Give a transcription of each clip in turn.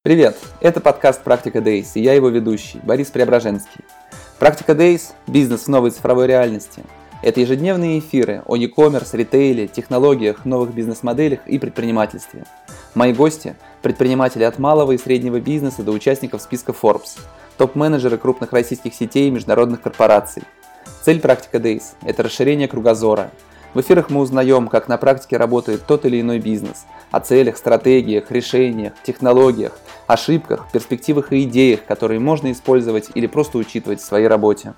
Привет! Это подкаст «Практика Days» и я его ведущий, Борис Преображенский. «Практика Days» – бизнес в новой цифровой реальности. Это ежедневные эфиры о e-commerce, ритейле, технологиях, новых бизнес-моделях и предпринимательстве. Мои гости – предприниматели от малого и среднего бизнеса до участников списка Forbes, топ-менеджеры крупных российских сетей и международных корпораций. Цель «Практика Days» – это расширение кругозора. В эфирах мы узнаем, как на практике работает тот или иной бизнес, о целях, стратегиях, решениях, технологиях, ошибках, перспективах и идеях, которые можно использовать или просто учитывать в своей работе.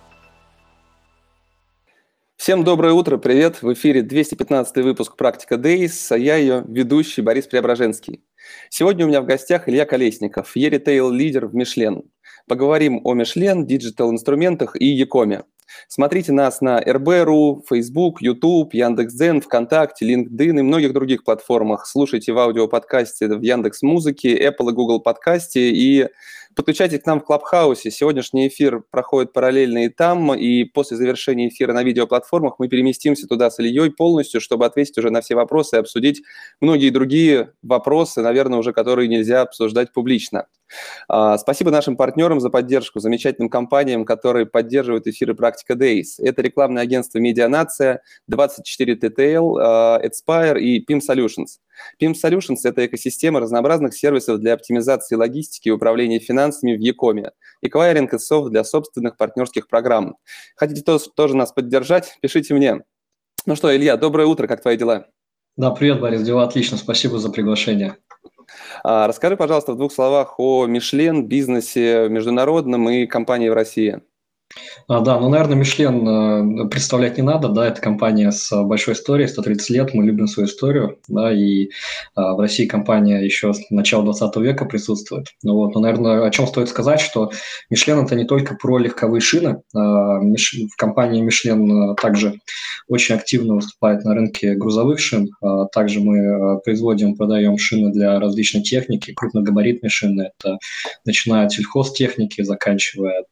Всем доброе утро, привет! В эфире 215 выпуск «Практика Days», а я ее ведущий Борис Преображенский. Сегодня у меня в гостях Илья Колесников, e-ритейл-лидер в Мишлен. Поговорим о Мишлен, диджитал-инструментах и e-коме. Смотрите нас на РБ.ру, Facebook, YouTube, Яндекс.Дзен, ВКонтакте, LinkedIn и многих других платформах. Слушайте в аудиоподкасте в Яндекс.Музыке, Apple и Google подкасте и подключайтесь к нам в Клабхаусе. Сегодняшний эфир проходит параллельно и там, и после завершения эфира на видеоплатформах мы переместимся туда с Ильей полностью, чтобы ответить уже на все вопросы и обсудить многие другие вопросы, наверное, уже которые нельзя обсуждать публично. Спасибо нашим партнерам за поддержку, замечательным компаниям, которые поддерживают эфиры «Практика Days». Это рекламное агентство «Медианация», 24TTL, Adspire и PIM Solutions. PIM Solutions – это экосистема разнообразных сервисов для оптимизации логистики и управления финансами в e-коме, эквайринг и софт для собственных партнерских программ. Хотите тоже нас поддержать? Пишите мне. Ну что, Илья, доброе утро, как твои дела? Да, привет, Борис, дела отлично, спасибо за приглашение. Расскажи, пожалуйста, в двух словах о Мишлен, бизнесе международном и компании в России. Да, наверное, Мишлен представлять не надо, да, это компания с большой историей, 130 лет, мы любим свою историю, да, и в России компания еще с начала 20 века присутствует. Но, наверное, о чем стоит сказать, что Мишлен – это не только про легковые шины, в компании Мишлен также очень активно выступает на рынке грузовых шин, также мы производим, продаем шины для различной техники, крупногабаритные шины, это начиная от сельхозтехники, заканчивая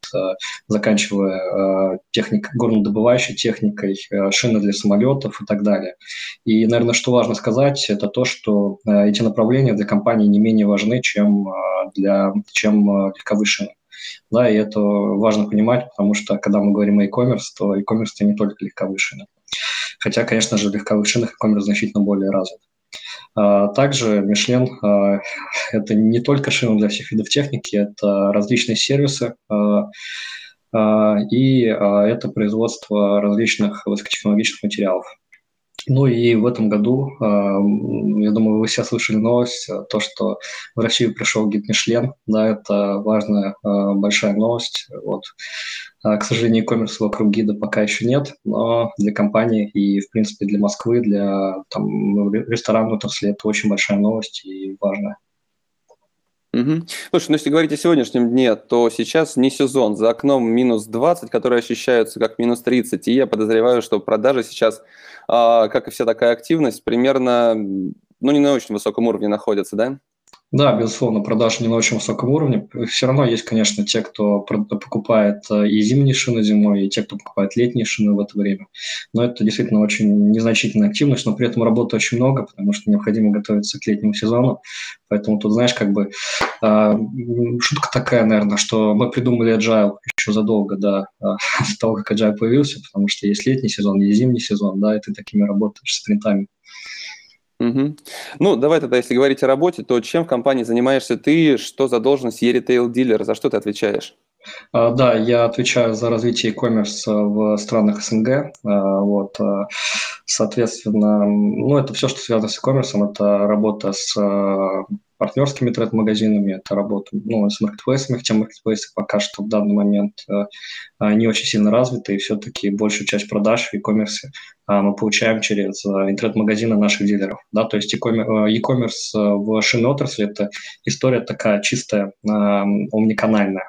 горнодобывающей техникой, шины для самолетов и так далее. И, наверное, что важно сказать, это то, что эти направления для компании не менее важны, чем легковые шины. Да, и это важно понимать, потому что, когда мы говорим о e-commerce, то e-commerce – это не только легковые шины. Хотя, конечно же, в легковых шинах e-commerce значительно более развит. Также Мишлен – это не только шины для всех видов техники, это различные сервисы, и это производство различных высокотехнологичных материалов. Ну и в этом году, я думаю, вы все слышали новость, то, что в Россию пришел гид Мишлен, да, это важная, большая новость. Вот. К сожалению, e-commerce вокруг гида пока еще нет, но для компании и, в принципе, для Москвы, для ресторанной отрасли это очень большая новость и важная. Угу. Слушай, ну если говорить о сегодняшнем дне, то сейчас не сезон. За окном минус 20, которые ощущаются как минус 30. И я подозреваю, что продажи сейчас, как и вся такая активность, примерно, не на очень высоком уровне находятся, да? Да, безусловно, продажи не на очень высоком уровне. Все равно есть, конечно, те, кто покупает и зимние шины зимой, и те, кто покупает летние шины в это время. Но это действительно очень незначительная активность, но при этом работы очень много, потому что необходимо готовиться к летнему сезону. Поэтому тут, знаешь, шутка такая, наверное, что мы придумали Agile еще задолго до того, как Agile появился, потому что есть летний сезон, есть зимний сезон, да, и ты такими работаешь спринтами. Угу. Ну, давай тогда, если говорить о работе, то чем в компании занимаешься ты, что за должность e-ритейл-дилера, за что ты отвечаешь? Да, я отвечаю за развитие e-commerce в странах СНГ. Соответственно, это все, что связано с e-commerce, это работа с партнерскими интернет-магазинами, это работа с маркетплейсами, хотя маркетплейсы пока что в данный момент не очень сильно развиты, и все-таки большую часть продаж в e-commerce мы получаем через интернет-магазины наших дилеров. Да? То есть e-commerce в шинной отрасли – это история такая чистая, омниканальная.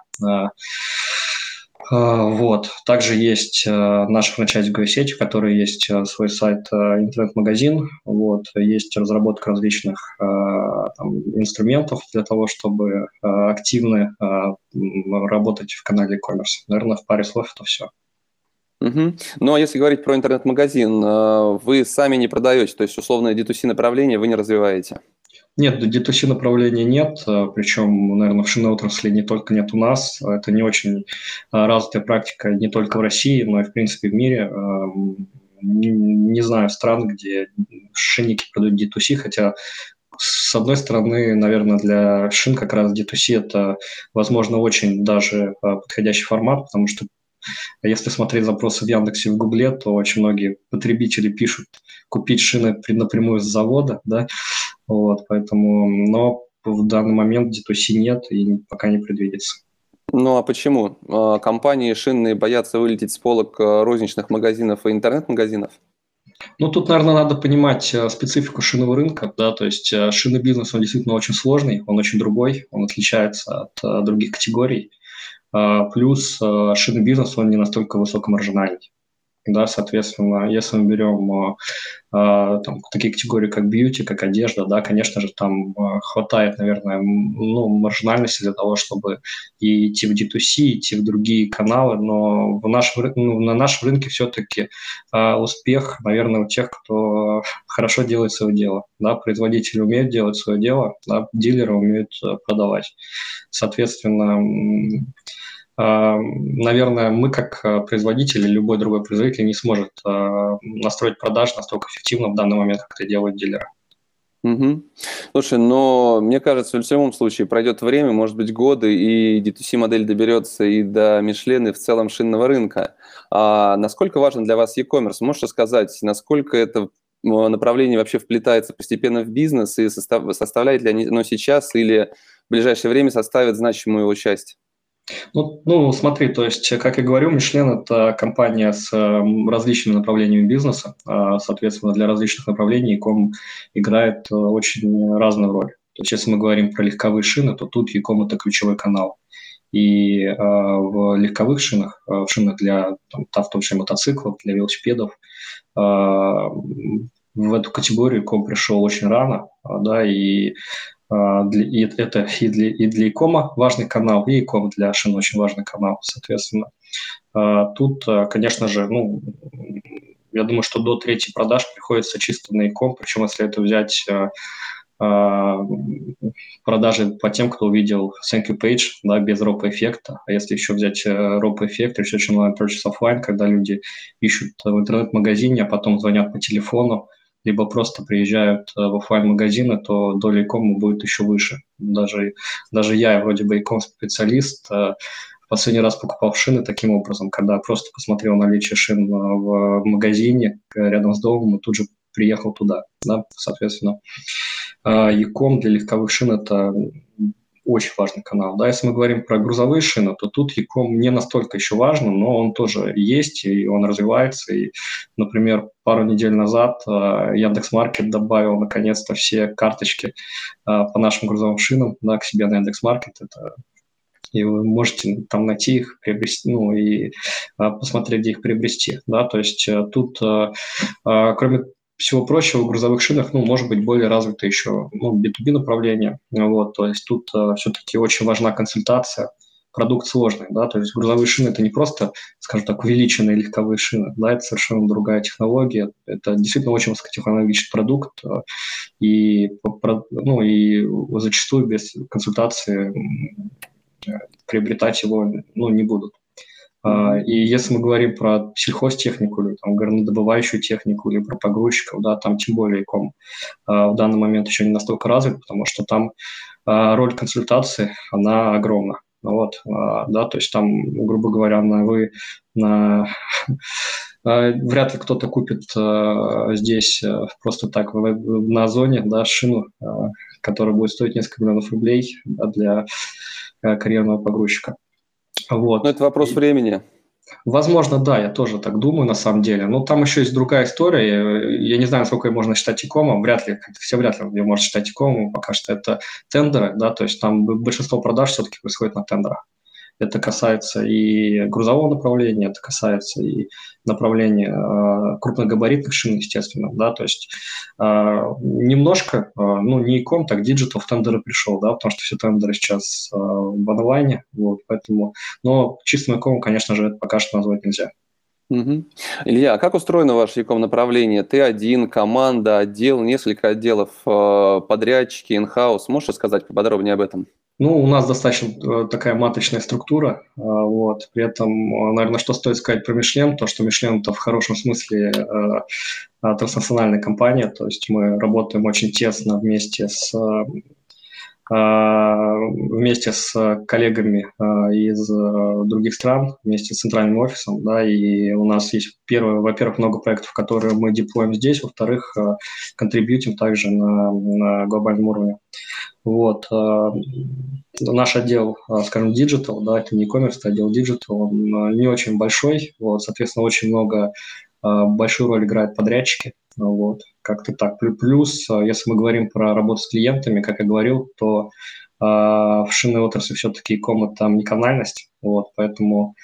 Также есть наша франчайзинговая сеть, в которой есть свой сайт, интернет-магазин. Есть разработка различных инструментов для того, чтобы активно работать в канале e-commerce. Наверное, в паре слов это все. Угу. Ну, а если говорить про интернет-магазин, вы сами не продаете, то есть условное D2C направление вы не развиваете? Нет, D2C направления нет, причем, наверное, в шинной отрасли не только нет у нас, это не очень развитая практика не только в России, но и, в принципе, в мире. Не знаю стран, где шинники продают D2C, хотя, с одной стороны, наверное, для шин как раз D2C это, возможно, очень даже подходящий формат, потому что если смотреть запросы в Яндексе и в Гугле, то очень многие потребители пишут купить шины напрямую с завода, да, вот, поэтому, но в данный момент D2C нет и пока не предвидится. Ну а почему? Компании шинные боятся вылететь с полок розничных магазинов и интернет-магазинов? Ну, тут, наверное, надо понимать специфику шинного рынка, да, то есть шинный бизнес, он действительно очень сложный, он очень другой, он отличается от других категорий, плюс шинный бизнес, он не настолько высокомаржинальный. Да, соответственно, если мы берем там, такие категории, как бьюти, как одежда, да, конечно же, там хватает, наверное, ну, маржинальности для того, чтобы и идти в D2C, идти в другие каналы, но на нашем рынке все-таки успех, наверное, у тех, кто хорошо делает свое дело. Да, производители умеют делать свое дело, да, дилеры умеют продавать. Соответственно, наверное, мы как производители, любой другой производитель не сможет настроить продажи настолько эффективно в данный момент, как это делают дилеры. Мгм. Слушай, но мне кажется, в любом случае пройдет время, может быть, годы, и D2C модель доберется и до Мишлен, и в целом шинного рынка. А насколько важен для вас e-commerce? Можешь рассказать, насколько это направление вообще вплетается постепенно в бизнес и составляет ли оно сейчас или в ближайшее время составит значимую его часть? Ну, смотри, то есть, как я говорю, Мишлен – это компания с различными направлениями бизнеса. Соответственно, для различных направлений e-com играет очень разную роль. То есть, если мы говорим про легковые шины, то тут e-com – это ключевой канал. И в легковых шинах, в шинах для, там, в том числе мотоциклов, для велосипедов, в эту категорию e-com пришел очень рано, да, и и это и для икома важный канал, и иком для шин очень важный канал, соответственно. Тут, конечно же, ну, я думаю, что до трети продаж приходится чисто на иком, причем если это взять продажи по тем, кто увидел thank you page, да, без ропа-эффекта. А если еще взять ропа-эффект, research online purchase offline, когда люди ищут в интернет-магазине, а потом звонят по телефону, либо просто приезжают в офлайн-магазины, то доля икома будет еще выше. Даже я вроде бы иком-специалист, в последний раз покупал шины таким образом, когда просто посмотрел наличие шин в магазине рядом с домом и тут же приехал туда. Да, соответственно, e-com для легковых шин – это очень важный канал. Да, если мы говорим про грузовые шины, то тут e-com не настолько еще важен, но он тоже есть, и он развивается. И, например, пару недель назад Яндекс.Маркет добавил наконец-то все карточки по нашим грузовым шинам, да, к себе на Яндекс.Маркет. И вы можете там найти их, приобрести, ну и посмотреть, где их приобрести. Да? То есть тут, кроме всего прочего, в грузовых шинах, ну, может быть, более развито еще B2B направление. Вот, то есть тут все-таки очень важна консультация, продукт сложный, да, то есть грузовые шины – это не просто, скажем так, увеличенные легковые шины, да, это совершенно другая технология, это действительно очень высокотехнологичный продукт, ну, и зачастую без консультации приобретать его, ну, не будут. И если мы говорим про сельхозтехнику или там горнодобывающую технику или про погрузчиков, да, там тем более иком в данный момент еще не настолько развит, потому что там роль консультации, она огромна. Вот, да, то есть там, грубо говоря, вряд ли кто-то купит здесь просто так на Озоне, да, шину, которая будет стоить несколько миллионов рублей, да, для карьерного погрузчика. Ну, Вот. это вопрос времени. Возможно, да, я тоже так думаю, на самом деле. Но там еще есть другая история. Я не знаю, насколько ее можно считать икомом. Вряд ли, как все вряд ли ее можно считать икомом. Пока что это тендеры, да, то есть там большинство продаж все-таки происходит на тендерах. Это касается и грузового направления, это касается и направления крупногабаритных шин, естественно, да, то есть немножко, ну, не иком, так диджитал в тендеры пришел, да, потому что все тендеры сейчас в онлайне, вот, поэтому, но чистым иком, конечно же, это пока что назвать нельзя. Мгм. Илья, а как устроено ваше e направление? Ты один, команда, отдел, несколько отделов, подрядчики, инхаус? Можешь рассказать поподробнее об этом? Ну, у нас достаточно такая маточная структура, вот. При этом, наверное, что стоит сказать про Мишлен, то, что Мишлен это в хорошем смысле транснациональная компания, то есть мы работаем очень тесно вместе с коллегами из других стран, вместе с центральным офисом, да, и у нас есть, во-первых, много проектов, которые мы деплоим здесь, во-вторых, контрибьютим также на глобальном уровне. Вот. Наш отдел, скажем, digital, да, это не e-commerce, это отдел digital, он не очень большой, вот, соответственно, очень много, большую роль играют подрядчики, вот, как-то так. Плюс, если мы говорим про работу с клиентами, как я говорил, то в шинной отрасли все-таки e-com это омниканальность, вот, поэтому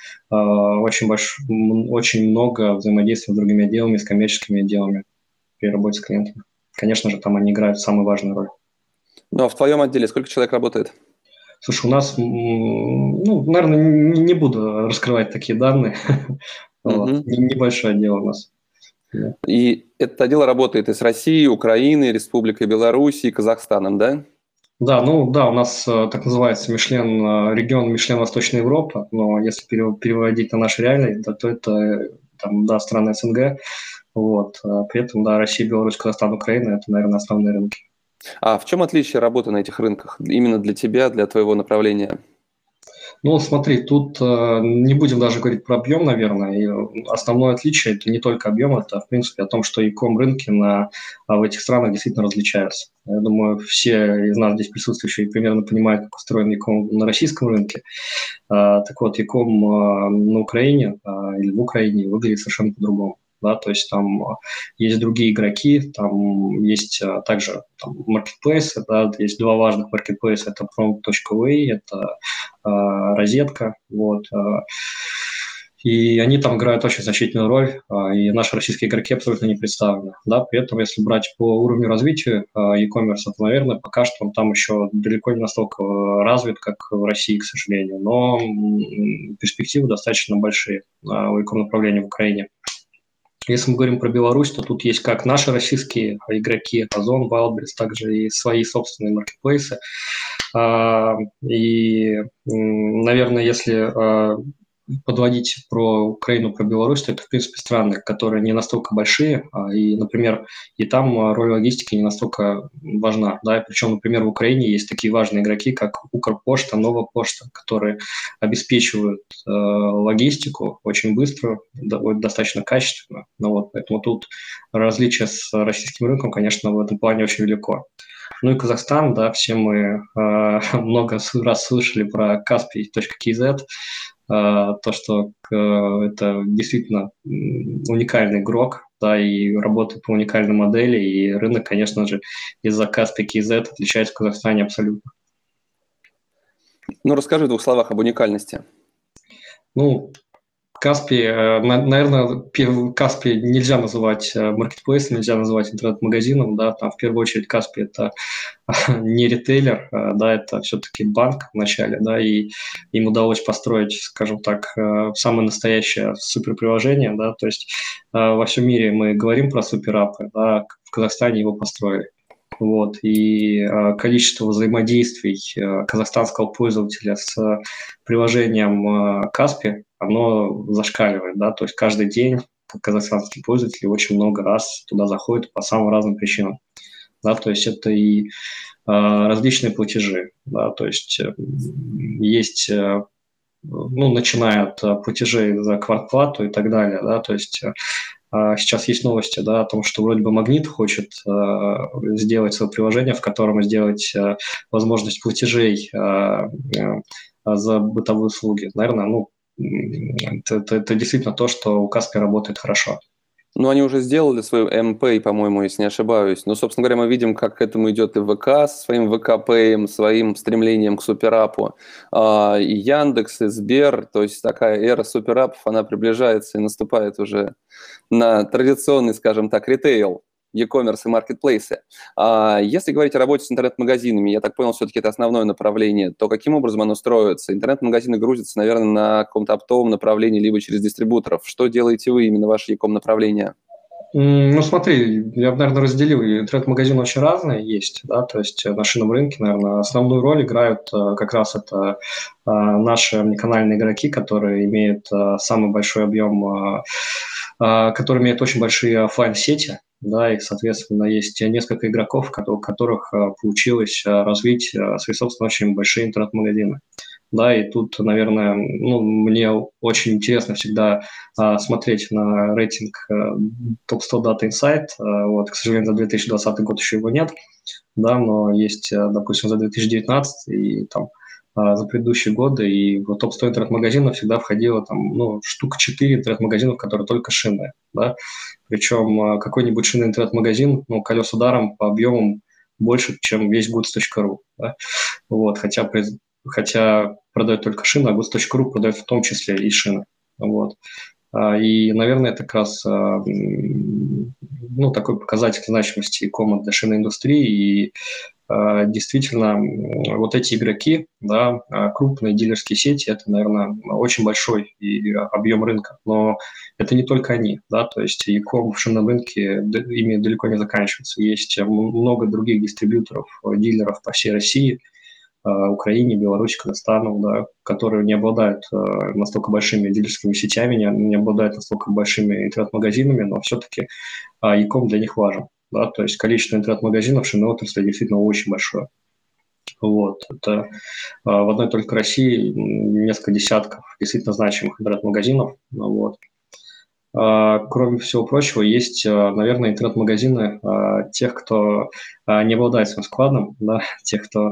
очень много взаимодействия с другими отделами, с коммерческими отделами при работе с клиентами. Конечно же, там они играют самую важную роль. Ну, а в твоем отделе сколько человек работает? Слушай, у нас, ну, наверное, не буду раскрывать такие данные. Вот. Мгм. Небольшой отдел у нас. Да. И этот отдел работает и с Россией, Украиной, Республикой Беларусь и Казахстаном, да? Да, ну да, у нас так называется регион Мишлен Восточная Европа, но если переводить на наш реальный, то это там, да, страны СНГ. Вот. При этом, да, Россия, Беларусь, Казахстан, Украина – это, наверное, основные рынки. А в чем отличие работы на этих рынках? Именно для тебя, для твоего направления? Ну, смотри, тут не будем даже говорить про объем, наверное. И основное отличие – это не только объем, это, в принципе, о том, что e-com рынки в этих странах действительно различаются. Я думаю, все из нас здесь присутствующие примерно понимают, как устроен e-com на российском рынке. Так вот, e-com на Украине или в Украине выглядит совершенно по-другому. Да, то есть там есть другие игроки, там есть также там, маркетплейсы, да, есть два важных маркетплейса, это prom.ua, это розетка, вот, и они там играют очень значительную роль, и наши российские игроки абсолютно не представлены. Да? При этом, если брать по уровню развития e-commerce, то, наверное, пока что он там еще далеко не настолько развит, как в России, к сожалению, но перспективы достаточно большие у e-com направления в Украине. Если мы говорим про Беларусь, то тут есть как наши российские игроки, Озон, Wildberries, также и свои собственные маркетплейсы. И, наверное, если подводить про Украину, про Беларусь, то это, в принципе, страны, которые не настолько большие, и, например, и там роль логистики не настолько важна, да, причем, например, в Украине есть такие важные игроки, как Укрпошта, Нова Почта, которые обеспечивают логистику очень быстро, достаточно качественно, ну, вот, поэтому тут различие с российским рынком, конечно, в этом плане очень велико. Ну и Казахстан, да, все мы много раз слышали про Kaspi.kz, то, что это действительно уникальный игрок, да, и работает по уникальной модели, и рынок, конечно же, из-за Kaspi.kz отличается в Казахстане абсолютно. Ну, расскажи в двух словах об уникальности. Ну, Каспи, наверное, Каспи нельзя называть маркетплейсом, нельзя называть интернет-магазином, да, там в первую очередь Каспи это не ритейлер, да, это все-таки банк вначале, да, и им удалось построить, скажем так, самое настоящее суперприложение, да, то есть во всем мире мы говорим про суперапы, да, в Казахстане его построили. Вот, и количество взаимодействий казахстанского пользователя с приложением Каспи, оно зашкаливает, да, то есть каждый день казахстанские пользователи очень много раз туда заходят по самым разным причинам, да, то есть это и различные платежи, да, то есть есть, ну, начиная от платежей за квартплату и так далее, да, то есть сейчас есть новости, да, о том, что вроде бы Магнит хочет сделать свое приложение, в котором сделать возможность платежей за бытовые услуги. Наверное, ну, это действительно то, что у Каспи работает хорошо. Ну, они уже сделали свою МП, по-моему, если не ошибаюсь. Но, собственно говоря, мы видим, как к этому идет и ВК со своим ВК-пэем, своим стремлением к суперапу, и Яндекс, и Сбер. То есть такая эра суперапов, она приближается и наступает уже на традиционный, скажем так, ритейл. e-commerce и маркетплейсы. Если говорить о работе с интернет-магазинами, я так понял, все-таки это основное направление, то каким образом оно строится? Интернет-магазины грузятся, наверное, на каком-то оптовом направлении, либо через дистрибуторов. Что делаете вы, именно ваше e-com направление? Ну, смотри, я бы, наверное, разделил. Интернет-магазины очень разные есть, да, то есть на шинном рынке, наверное, основную роль играют как раз это наши омниканальные игроки, которые имеют самый большой объем, которые имеют очень большие офлайн-сети, да, и, соответственно, есть несколько игроков, у которых получилось развить свои собственные очень большие интернет-магазины. Да, и тут, наверное, ну, мне очень интересно всегда смотреть на рейтинг топ-100 Data Insight. Вот, к сожалению, за 2020 год еще его нет, да, но есть, допустим, за 2019 и там за предыдущие годы, и в топ-100 интернет-магазинов всегда входило там, ну, штук 4 интернет-магазинов, которые только шины, да, причем какой-нибудь шинный интернет-магазин, ну, колес ударом по объемам больше, чем весь goods.ru, да, вот, хотя продает только шины, а goods.ru продает в том числе и шины, вот. И, наверное, это как раз ну, такой показатель значимости e-commerce для шинной индустрии. И действительно, вот эти игроки, да, крупные дилерские сети, это, наверное, очень большой объем рынка. Но это не только они, да, то есть e-com в шинном рынке ими далеко не заканчивается. Есть много других дистрибьюторов, дилеров по всей России, Украине, Беларуси, Казахстану, да, которые не обладают настолько большими дилерскими сетями, не обладают настолько большими интернет-магазинами, но все-таки e-com для них важен. Да, то есть количество интернет-магазинов в шинной отрасли действительно очень большое. Вот. Это в одной только России несколько десятков действительно значимых интернет-магазинов. Вот. Кроме всего прочего, есть, наверное, интернет-магазины тех, кто не обладает своим складом, да, тех, кто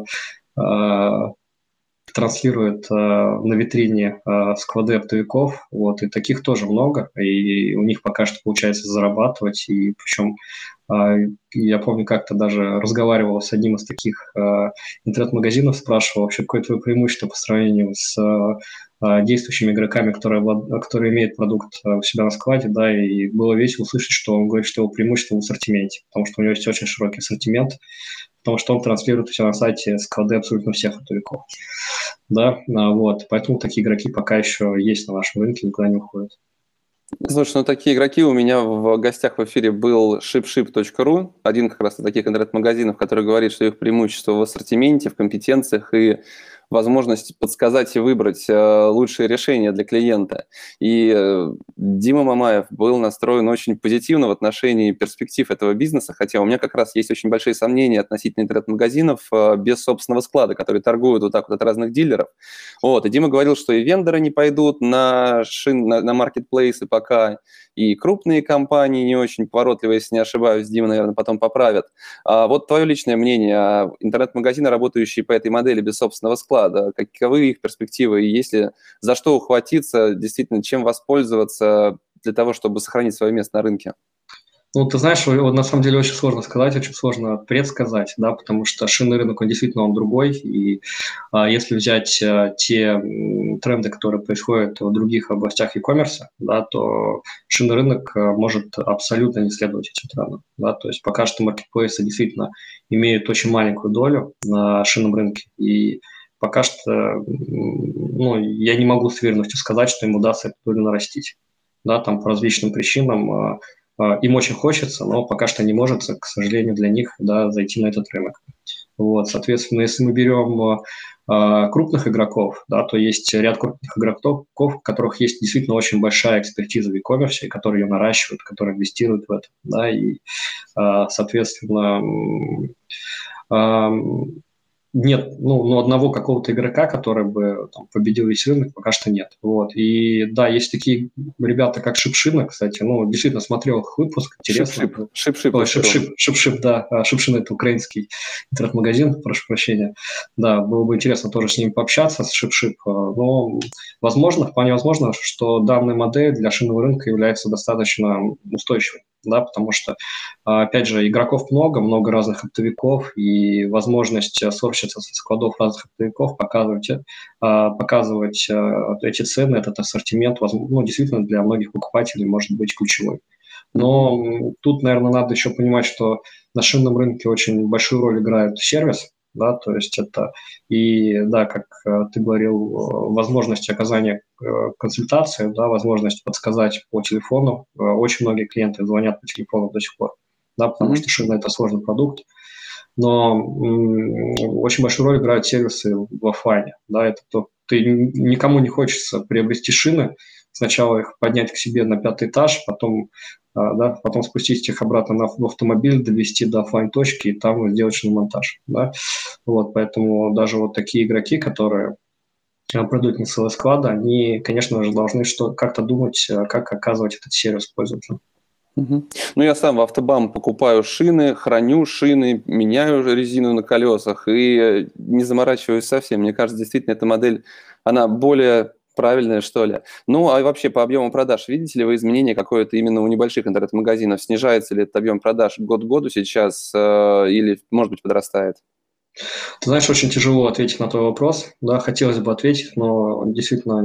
транслирует на витрине склады оптовиков, вот, и таких тоже много, и у них пока что получается зарабатывать, и причем я помню, как-то даже разговаривал с одним из таких интернет-магазинов, спрашивал вообще, какое твое преимущество по сравнению с действующими игроками, которые имеют продукт у себя на складе, да, и было весело слышать, что он говорит, что его преимущество в ассортименте, потому что у него есть очень широкий ассортимент, потому что он транслирует все на сайте склады абсолютно всех оптовиков. Да, вот, поэтому такие игроки пока еще есть на нашем рынке, никуда не уходят. Слушай, ну такие игроки у меня в гостях в эфире был shipship.ru, один как раз из таких интернет-магазинов, который говорит, что их преимущество в ассортименте, в компетенциях и возможность подсказать и выбрать лучшее решение для клиента. И Дима Мамаев был настроен очень позитивно в отношении перспектив этого бизнеса, хотя у меня как раз есть очень большие сомнения относительно интернет-магазинов без собственного склада, которые торгуют вот так вот от разных дилеров. Вот. И Дима говорил, что и вендоры не пойдут на маркетплейсы пока, и крупные компании не очень поворотливые, если не ошибаюсь, Дима, наверное, потом поправят. Вот твое личное мнение, интернет-магазины, работающие по этой модели без собственного склада, каковы их перспективы, и если за что ухватиться, действительно, чем воспользоваться для того, чтобы сохранить свое место на рынке? Ну, ты знаешь, вот на самом деле очень сложно сказать, очень сложно предсказать, да, потому что шинный рынок, он действительно он другой, и если взять те тренды, которые происходят в других областях e-commerce, да, то шинный рынок может абсолютно не следовать этим трендам, да, то есть пока что маркетплейсы действительно имеют очень маленькую долю на шинном рынке, и пока что, ну, я не могу с уверенностью сказать, что им удастся эту долю нарастить, да, там по различным причинам. Им очень хочется, но пока что не может, к сожалению, для них, да, зайти на этот рынок. Вот, соответственно, если мы берем крупных игроков, да, то есть ряд крупных игроков, у которых есть действительно очень большая экспертиза в e-commerce, которые ее наращивают, которые инвестируют в это, да, и, соответственно, нет, ну, одного какого-то игрока, который бы там победил весь рынок, пока что нет. Вот. И да, есть такие ребята, как Шипшина, кстати, ну, действительно смотрел их выпуск, интересно. Шипшип, да, Шипшина – это украинский интернет-магазин, прошу прощения. Да, было бы интересно тоже с ним пообщаться, с Шипшип, но возможно, вполне возможно, что данная модель для шинного рынка является достаточно устойчивой, да, потому что, опять же, игроков много разных оптовиков, и возможность сорщиться со складов разных оптовиков, показывать эти цены, этот ассортимент, ну, действительно для многих покупателей может быть ключевой. Но тут, наверное, надо еще понимать, что на шинном рынке очень большую роль играет сервис, да, то есть это и, да, как ты говорил, возможность оказания консультации, да, возможность подсказать по телефону. Очень многие клиенты звонят по телефону до сих пор, да, потому что шина – это сложный продукт, но очень большую роль играют сервисы в офлайне, да, это то, ты никому не хочется приобрести шины, сначала их поднять к себе на 5-й этаж, потом, да, потом спустить их обратно в автомобиль, довести до офлайн-точки и там сделать шиномонтаж, да, вот, поэтому даже вот такие игроки, которые продают на целые склады, они, конечно же, должны как-то думать, как оказывать этот сервис пользователям. Ну, я сам в Автобам покупаю шины, храню шины, меняю резину на колесах и не заморачиваюсь совсем. Мне кажется, действительно, эта модель, она более правильная, что ли. Ну, а вообще по объему продаж, видите ли вы изменения какое-то именно у небольших интернет-магазинов? Снижается ли этот объем продаж год к году сейчас или, может быть, подрастает? Ты знаешь, очень тяжело ответить на твой вопрос. Да, хотелось бы ответить, но действительно,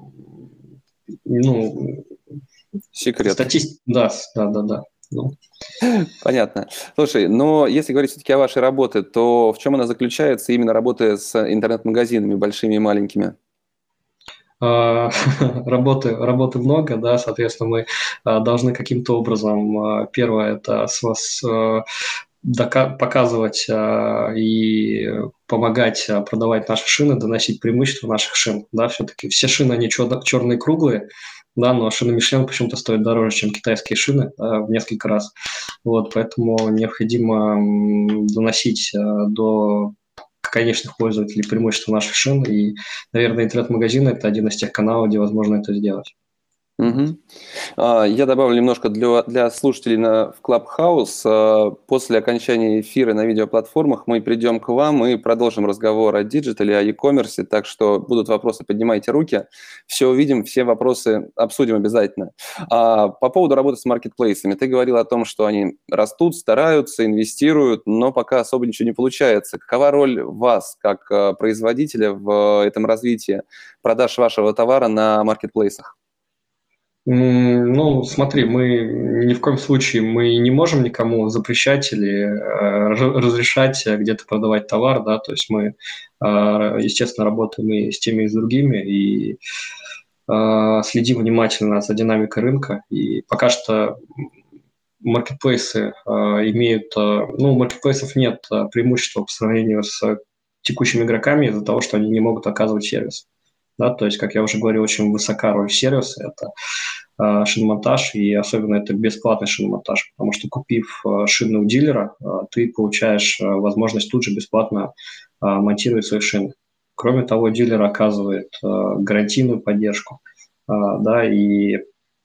ну, Секрет. Да, да, да, да. Ну. Понятно. Слушай, но если говорить все-таки о вашей работе, то в чем она заключается, именно работая с интернет-магазинами, большими и маленькими? Работы много, да, соответственно, мы должны каким-то образом, первое, это показывать и помогать продавать наши шины, доносить преимущества наших шин, да, все-таки все шины, они черные круглые, да, но шины Мишлен почему-то стоят дороже, чем китайские шины, в несколько раз, вот, поэтому необходимо доносить до конечных пользователей преимущества наших шин, и, наверное, интернет-магазин – это один из тех каналов, где возможно это сделать. Угу. Я добавлю немножко для слушателей в Clubhouse. После окончания эфира на видеоплатформах мы придем к вам и продолжим разговор о диджитале, о e-commerce. Так что будут вопросы, поднимайте руки. Все увидим, все вопросы обсудим обязательно. По поводу работы с маркетплейсами. Ты говорил о том, что они растут, стараются, инвестируют, но пока особо ничего не получается. Какова роль вас, как производителя, в этом развитии продаж вашего товара на маркетплейсах? Ну, смотри, мы ни в коем случае мы не можем никому запрещать или разрешать где-то продавать товар, да, то есть мы, естественно, работаем и с теми, и с другими, и следим внимательно за динамикой рынка, и пока что маркетплейсы имеют, ну, у маркетплейсов нет преимущества по сравнению с текущими игроками из-за того, что они не могут оказывать сервис. Да, то есть, как я уже говорил, очень высока роль сервиса, это шиномонтаж, и особенно это бесплатный шиномонтаж, потому что купив шины у дилера, ты получаешь возможность тут же бесплатно монтировать свои шины. Кроме того, дилер оказывает гарантийную поддержку, да, и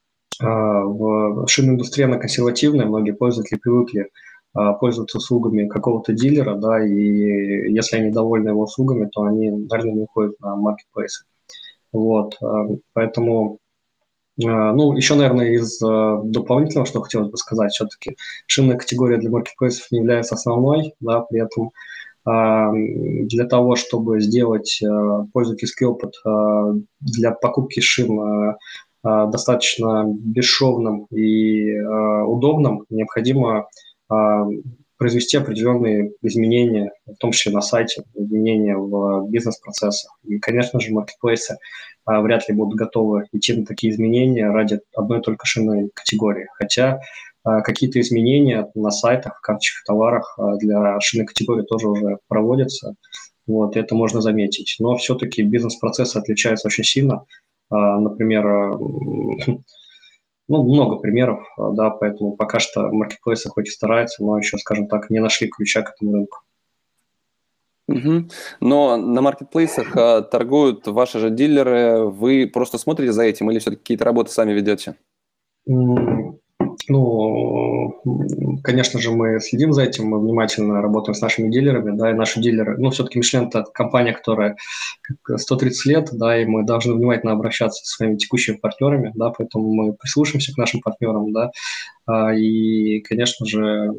в шинной индустрии она консервативная, многие пользователи привыкли пользоваться услугами какого-то дилера, да, и если они довольны его услугами, то они, наверное, не уходят на маркетплейсы. Вот, поэтому, ну, еще, наверное, из дополнительного, что хотелось бы сказать, все-таки шинная категория для маркетплейсов не является основной, да, при этом для того, чтобы сделать пользовательский опыт для покупки шин достаточно бесшовным и удобным, необходимо произвести определенные изменения, в том числе на сайте, изменения в бизнес-процессах. И, конечно же, маркетплейсы вряд ли будут готовы идти на такие изменения ради одной только шинной категории. Хотя какие-то изменения на сайтах, в карточках товарах для шинной категории тоже уже проводятся. Вот, это можно заметить. Но все-таки бизнес-процессы отличаются очень сильно. Например, ну, много примеров, да, поэтому пока что маркетплейсы хоть и стараются, но еще, скажем так, не нашли ключа к этому рынку. Угу. Но на маркетплейсах торгуют ваши же дилеры. Вы просто смотрите за этим или все-таки какие-то работы сами ведете? Ну, конечно же, мы следим за этим, мы внимательно работаем с нашими дилерами, да, и наши дилеры, ну, все-таки Michelin – это компания, которая 130 лет, да, и мы должны внимательно обращаться со своими текущими партнерами, да, поэтому мы прислушаемся к нашим партнерам, да, и, конечно же,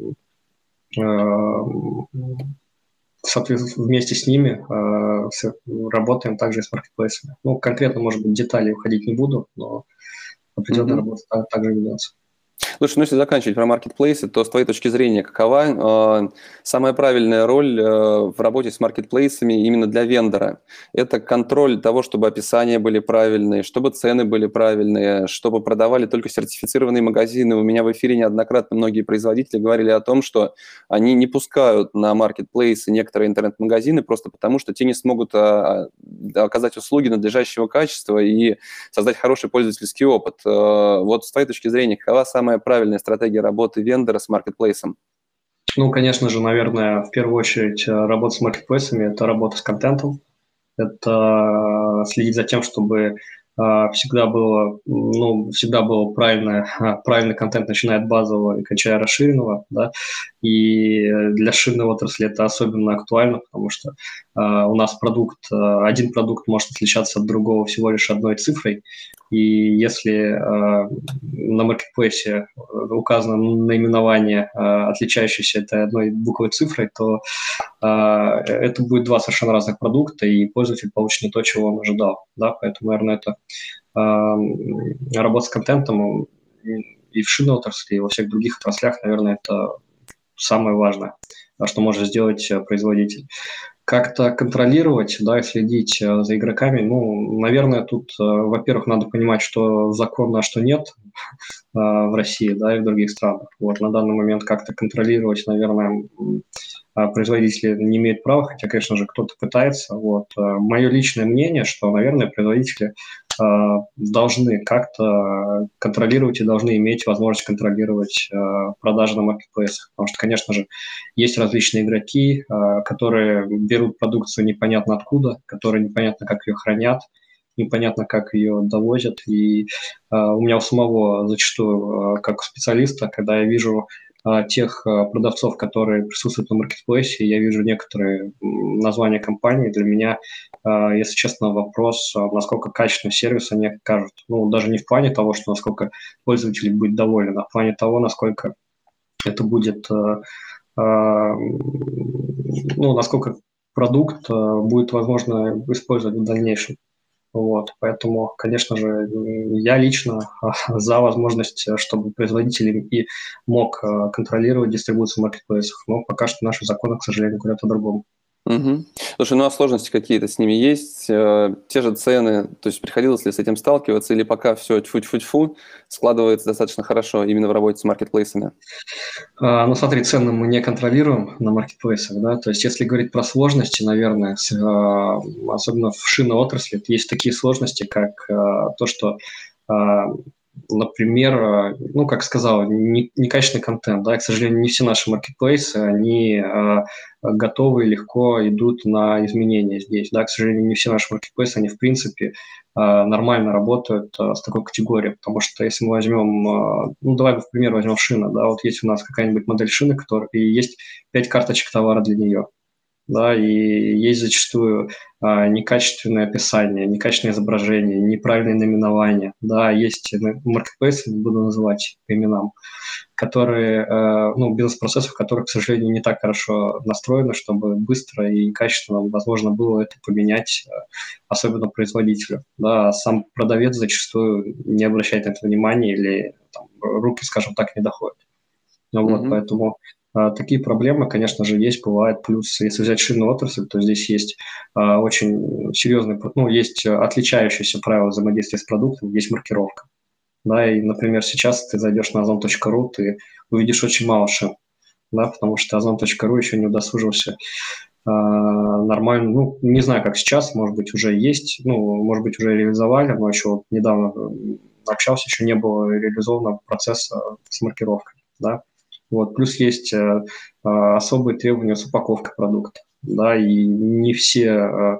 соответственно, вместе с ними работаем также и с маркетплейсами. Ну, конкретно, может быть, детали уходить не буду, но определенная работа также ведется. Слушай, ну если заканчивать про маркетплейсы, то с твоей точки зрения, какова самая правильная роль в работе с маркетплейсами именно для вендора? Это контроль того, чтобы описания были правильные, чтобы цены были правильные, чтобы продавали только сертифицированные магазины. У меня в эфире неоднократно многие производители говорили о том, что они не пускают на маркетплейсы некоторые интернет-магазины просто потому, что те не смогут оказать услуги надлежащего качества и создать хороший пользовательский опыт. Вот с твоей точки зрения, какова самая правильная стратегия работы вендора с маркетплейсом? Ну, конечно же, наверное, в первую очередь работа с маркетплейсами – это работа с контентом, это следить за тем, чтобы всегда было правильный контент, начиная от базового и кончая расширенного, да, и для шинной отрасли это особенно актуально, потому что у нас один продукт может отличаться от другого всего лишь одной цифрой, и если на маркетплейсе указано наименование, отличающееся этой одной буквой цифрой, то это будет два совершенно разных продукта, и пользователь получит не то, чего он ожидал. Да? Поэтому, наверное, это работа с контентом и в шинной отрасли, и во всех других отраслях, наверное, это самое важное, что может сделать производитель. Как-то контролировать, да, и следить за игроками, ну, наверное, тут, во-первых, надо понимать, что законно, а что нет в России, да, и в других странах. Вот, на данный момент как-то контролировать, наверное, производители не имеют права, хотя, конечно же, кто-то пытается. Вот. Мое личное мнение, что, наверное, производители должны как-то контролировать и должны иметь возможность контролировать продажи на маркетплейсах. Потому что, конечно же, есть различные игроки, которые берут продукцию непонятно откуда, которые непонятно как ее хранят, непонятно как ее довозят. И у меня у самого зачастую, как у специалиста, когда я вижу тех продавцов, которые присутствуют на маркетплейсе, я вижу некоторые названия компаний. Для меня, если честно, вопрос, насколько качественный сервис они окажут. Ну, даже не в плане того, что насколько пользователь будет доволен, а в плане того, насколько это будет, насколько продукт будет возможно использовать в дальнейшем. Вот, поэтому, конечно же, я лично за возможность, чтобы производитель и мог контролировать дистрибуцию в маркетплейсах, но пока что наши законы, к сожалению, говорят о другом. Угу. Слушай, ну а сложности какие-то с ними есть? Те же цены, то есть приходилось ли с этим сталкиваться, или пока все тьфу-тьфу-тьфу складывается достаточно хорошо именно в работе с маркетплейсами? Ну, смотри, цены мы не контролируем на маркетплейсах, да, то есть если говорить про сложности, наверное, особенно в шинной отрасли, есть такие сложности, как то, что например, ну, как сказал, некачественный контент, да, к сожалению, не все наши маркетплейсы, они готовы и легко идут на изменения здесь, да, к сожалению, не все наши маркетплейсы, они, в принципе, нормально работают с такой категорией, потому что если мы возьмем, ну, давай, в пример, возьмем шина, да, вот есть у нас какая-нибудь модель шины, и есть 5 карточек товара для нее, да, и есть зачастую некачественное описание, некачественное изображение, неправильное наименование, да, есть маркетплейсы, не буду называть по именам, которые, бизнес-процессы, в которых, к сожалению, не так хорошо настроены, чтобы быстро и качественно возможно было это поменять, особенно производителю, да, а сам продавец зачастую не обращает на это внимания или там, руки, скажем так, не доходят. Вот, поэтому такие проблемы, конечно же, есть, бывают. Плюс, если взять шинную отрасль, то здесь есть очень серьезные, есть отличающиеся правила взаимодействия с продуктом, есть маркировка. Да, и, например, сейчас ты зайдешь на ozon.ru, ты увидишь очень мало шин, да, потому что ozon.ru еще не удосужился нормально, ну, не знаю, как сейчас, может быть, уже есть, ну, может быть, уже реализовали, но еще вот недавно общался, еще не было реализовано процесса с маркировкой, да. Вот. Плюс есть особые требования с упаковкой продукта, да, и не все,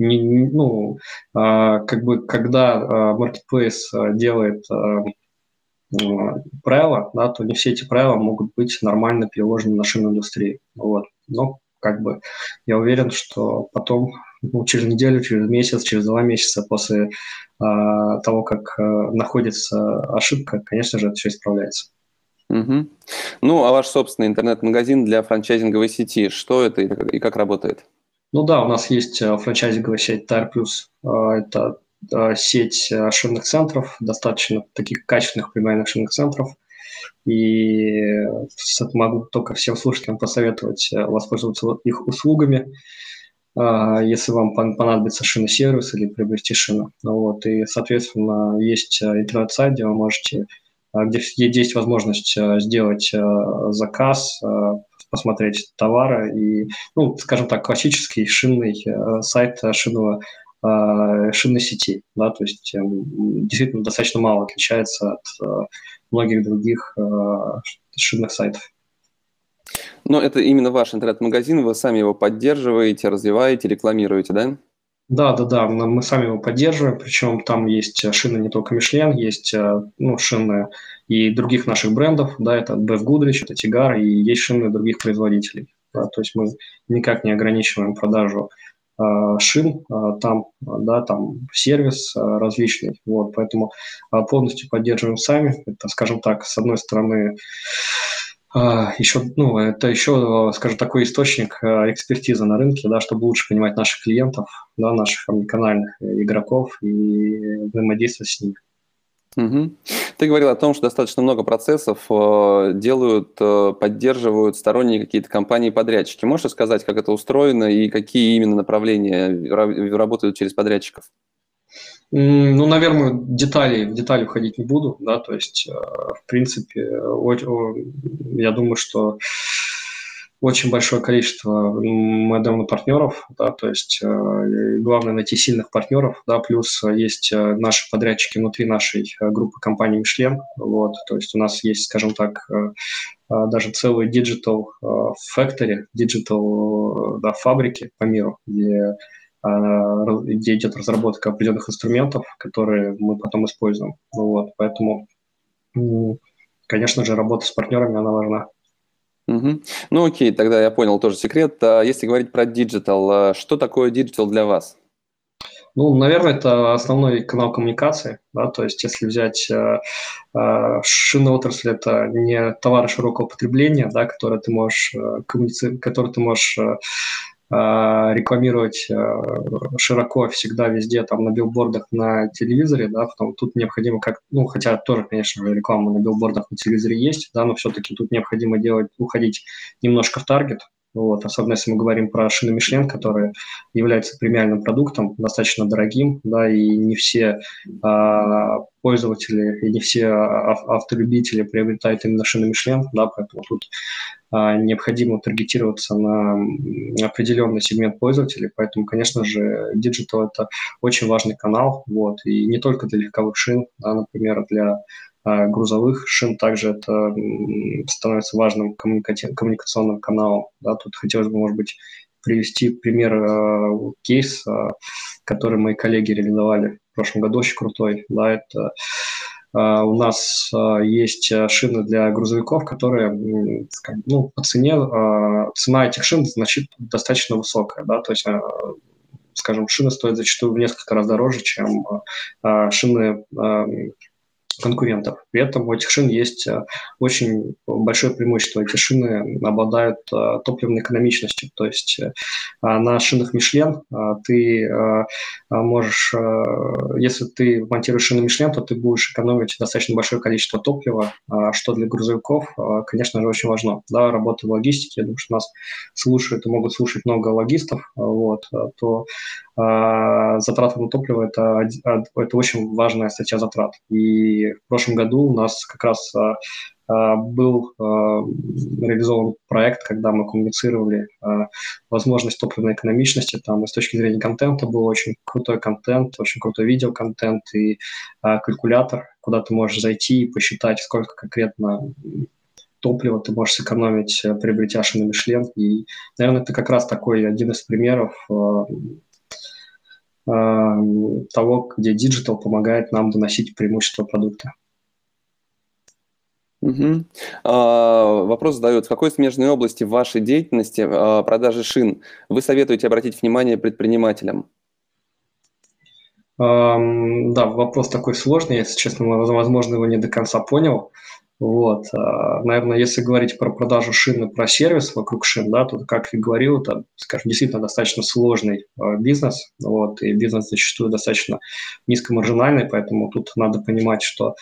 когда маркетплейс делает правила, да, то не все эти правила могут быть нормально переложены на шинную индустрию, вот. Но я уверен, что потом, через неделю, через месяц, через 2 месяца после того, как находится ошибка, конечно же, это все исправляется. Угу. Ну, а ваш собственный интернет-магазин для франчайзинговой сети, что это и как работает? Ну да, у нас есть франчайзинговая сеть Tire Plus. Это сеть шинных центров, достаточно таких качественных премиальных шинных центров. И могу только всем слушателям посоветовать воспользоваться их услугами, если вам понадобится шиносервис или приобрести шину. Вот. И, соответственно, есть интернет-сайт, где вы можете, где есть возможность сделать заказ, посмотреть товары и, ну, скажем так, классический шинный сайт шинной сети, да, то есть действительно достаточно мало отличается от многих других шинных сайтов. Но это именно ваш интернет-магазин, вы сами его поддерживаете, развиваете, рекламируете, да? Да, мы сами его поддерживаем, причем там есть шины не только Michelin, есть шины и других наших брендов, да, это Bev Goodrich, это Тигар, и есть шины других производителей. Да, то есть мы никак не ограничиваем продажу шин, там сервис различный, вот, поэтому полностью поддерживаем сами. Это, скажем так, с одной стороны, это еще, скажем, такой источник экспертизы на рынке, да, чтобы лучше понимать наших клиентов, да, наших омниканальных игроков и взаимодействовать с ними. Угу. Ты говорил о том, что достаточно много процессов делают, поддерживают сторонние какие-то компании-подрядчики. Можешь сказать, как это устроено и какие именно направления работают через подрядчиков? Ну, наверное, в детали входить не буду, да, то есть, в принципе, я думаю, что очень большое количество мы партнеров, да, то есть главное найти сильных партнеров, да, плюс есть наши подрядчики внутри нашей группы компании Michelin, вот, то есть у нас есть, скажем так, даже целые digital factory, digital фабрики по миру, где идет разработка определенных инструментов, которые мы потом используем. Вот, поэтому, конечно же, работа с партнерами, она важна. Угу. Ну окей, тогда я понял тоже секрет. Если говорить про диджитал, что такое диджитал для вас? Ну, наверное, это основной канал коммуникации, да, то есть если взять шинную отрасль, это не товары широкого потребления, да, которые ты можешь рекламировать широко всегда везде, там, на билбордах, на телевизоре, да, потом тут необходимо хотя тоже, конечно же, реклама на билбордах, на телевизоре есть, да, но все-таки тут необходимо уходить немножко в таргет, вот, особенно если мы говорим про шины Michelin, которые являются премиальным продуктом, достаточно дорогим, да, и не все пользователи и не все автолюбители приобретают именно шины Michelin, да, поэтому тут необходимо таргетироваться на определенный сегмент пользователей, поэтому, конечно же, диджитал – это очень важный канал, вот, и не только для легковых шин, да, например, для грузовых шин также это становится важным коммуникационным каналом. Да. Тут хотелось бы, может быть, привести пример, кейс, который мои коллеги реализовали в прошлом году, очень крутой. Да, это у нас есть шины для грузовиков, которые, по цене, цена этих шин достаточно высокая, да, то есть, скажем, шины стоят зачастую в несколько раз дороже, чем шины конкурентов. При этом у этих шин есть очень большое преимущество. Эти шины обладают топливной экономичностью. То есть на шинах Michelin ты можешь, если ты монтируешь шины Michelin, то ты будешь экономить достаточно большое количество топлива, что для грузовиков, конечно же, очень важно. Да, работа в логистике, я думаю, что нас слушают и могут слушать много логистов, вот, то затраты на топливо это очень важная статья затрат. И в прошлом году у нас как раз был реализован проект, когда мы коммуницировали возможность топливной экономичности. Там и с точки зрения контента был очень крутой контент, очень крутой видеоконтент и калькулятор, куда ты можешь зайти и посчитать, сколько конкретно топлива ты можешь сэкономить, приобретя шины Michelin. И, наверное, это как раз такой один из примеров того, где диджитал помогает нам доносить преимущества продукта. Угу. Вопрос задают. В какой смежной области вашей деятельности продажи шин вы советуете обратить внимание предпринимателям? Да, вопрос такой сложный, если честно, возможно, его не до конца понял. Вот, наверное, если говорить про продажу шин и про сервис вокруг шин, да, то, как и говорил, это, скажем, действительно достаточно сложный бизнес, вот, и бизнес зачастую достаточно низкомаржинальный, поэтому тут надо понимать, что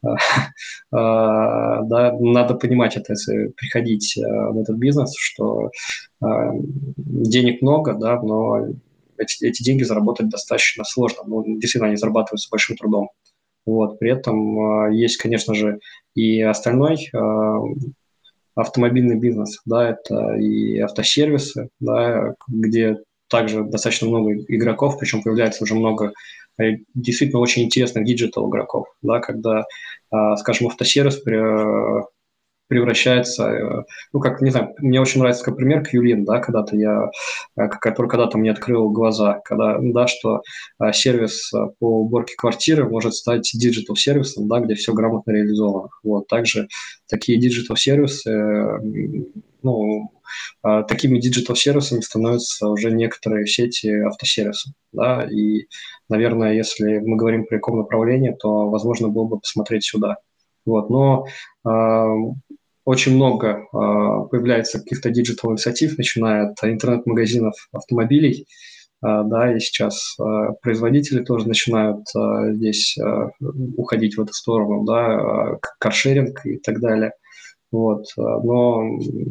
да, надо понимать это, если приходить в этот бизнес, что денег много, да, но эти деньги заработать достаточно сложно. Ну, действительно, они зарабатываются большим трудом. Вот. При этом есть, конечно же, и остальной автомобильный бизнес, да, это и автосервисы, да, где также достаточно много игроков, причем появляется уже много действительно очень интересных диджитал игроков, да, когда, скажем, автосервис превращается, ну, как, не знаю, мне очень нравится как пример Qlin, да, который когда-то мне открыл глаза, когда, да, что сервис по уборке квартиры может стать диджитал-сервисом, да, где все грамотно реализовано. Вот, также такие диджитал-сервисы, ну, такими диджитал-сервисами становятся уже некоторые сети автосервисов, да, и, наверное, если мы говорим про каком направлении, то, возможно, было бы посмотреть сюда. Вот, но очень много появляется каких-то диджитал-инициатив, начиная от интернет-магазинов автомобилей, да, и сейчас производители тоже начинают здесь уходить в эту сторону, да, каршеринг и так далее. Вот, но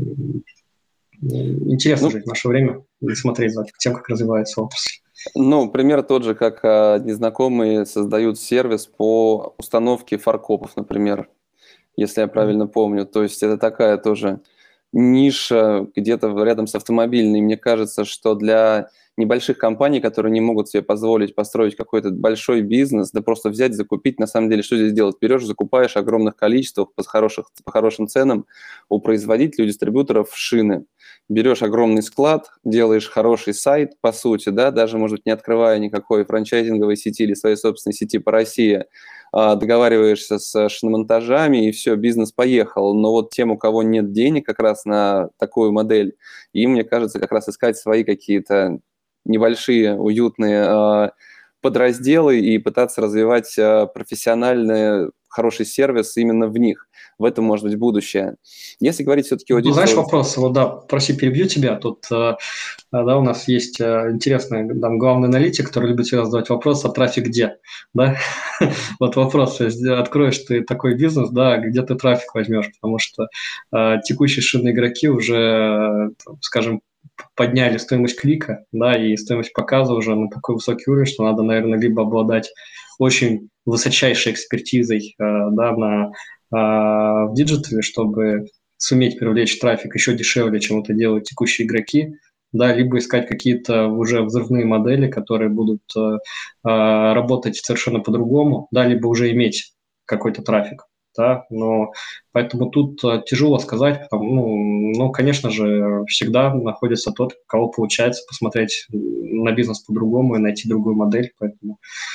интересно жить в наше время и смотреть за тем, как развивается отрасль. Ну, пример тот же, как незнакомые создают сервис по установке фаркопов, например, если я правильно помню. То есть это такая тоже ниша где-то рядом с автомобильной. Мне кажется, что для небольших компаний, которые не могут себе позволить построить какой-то большой бизнес, да просто взять, закупить, на самом деле, что здесь делать? Берешь, закупаешь в огромных количествах по хорошим ценам у производителей, у дистрибьюторов шины. Берешь огромный склад, делаешь хороший сайт, по сути, да, даже, может быть, не открывая никакой франчайзинговой сети или своей собственной сети по России, договариваешься с шиномонтажами, и все, бизнес поехал. Но вот тем, у кого нет денег как раз на такую модель, им, мне кажется, как раз искать свои какие-то небольшие, уютные подразделы и пытаться развивать профессиональный, хороший сервис именно в них. В этом может быть будущее. Если говорить все-таки о Знаешь, диджитал... вопрос, вот да, прости, перебью тебя. Тут да, у нас есть интересный там, главный аналитик, который любит всегда задавать вопрос, а трафик где? Да? Вот вопрос, если откроешь ты такой бизнес, да, где ты трафик возьмешь, потому что текущие шинные игроки уже, скажем, подняли стоимость клика, да, и стоимость показа уже на такой высокий уровень, что надо, наверное, либо обладать очень высочайшей экспертизой, да, в диджитале, чтобы суметь привлечь трафик еще дешевле, чем это делают текущие игроки, да, либо искать какие-то уже взрывные модели, которые будут работать совершенно по-другому, да, либо уже иметь какой-то трафик, да, но поэтому тут тяжело сказать, ну, конечно же, всегда находится тот, у кого получается посмотреть на бизнес по-другому и найти другую модель, поэтому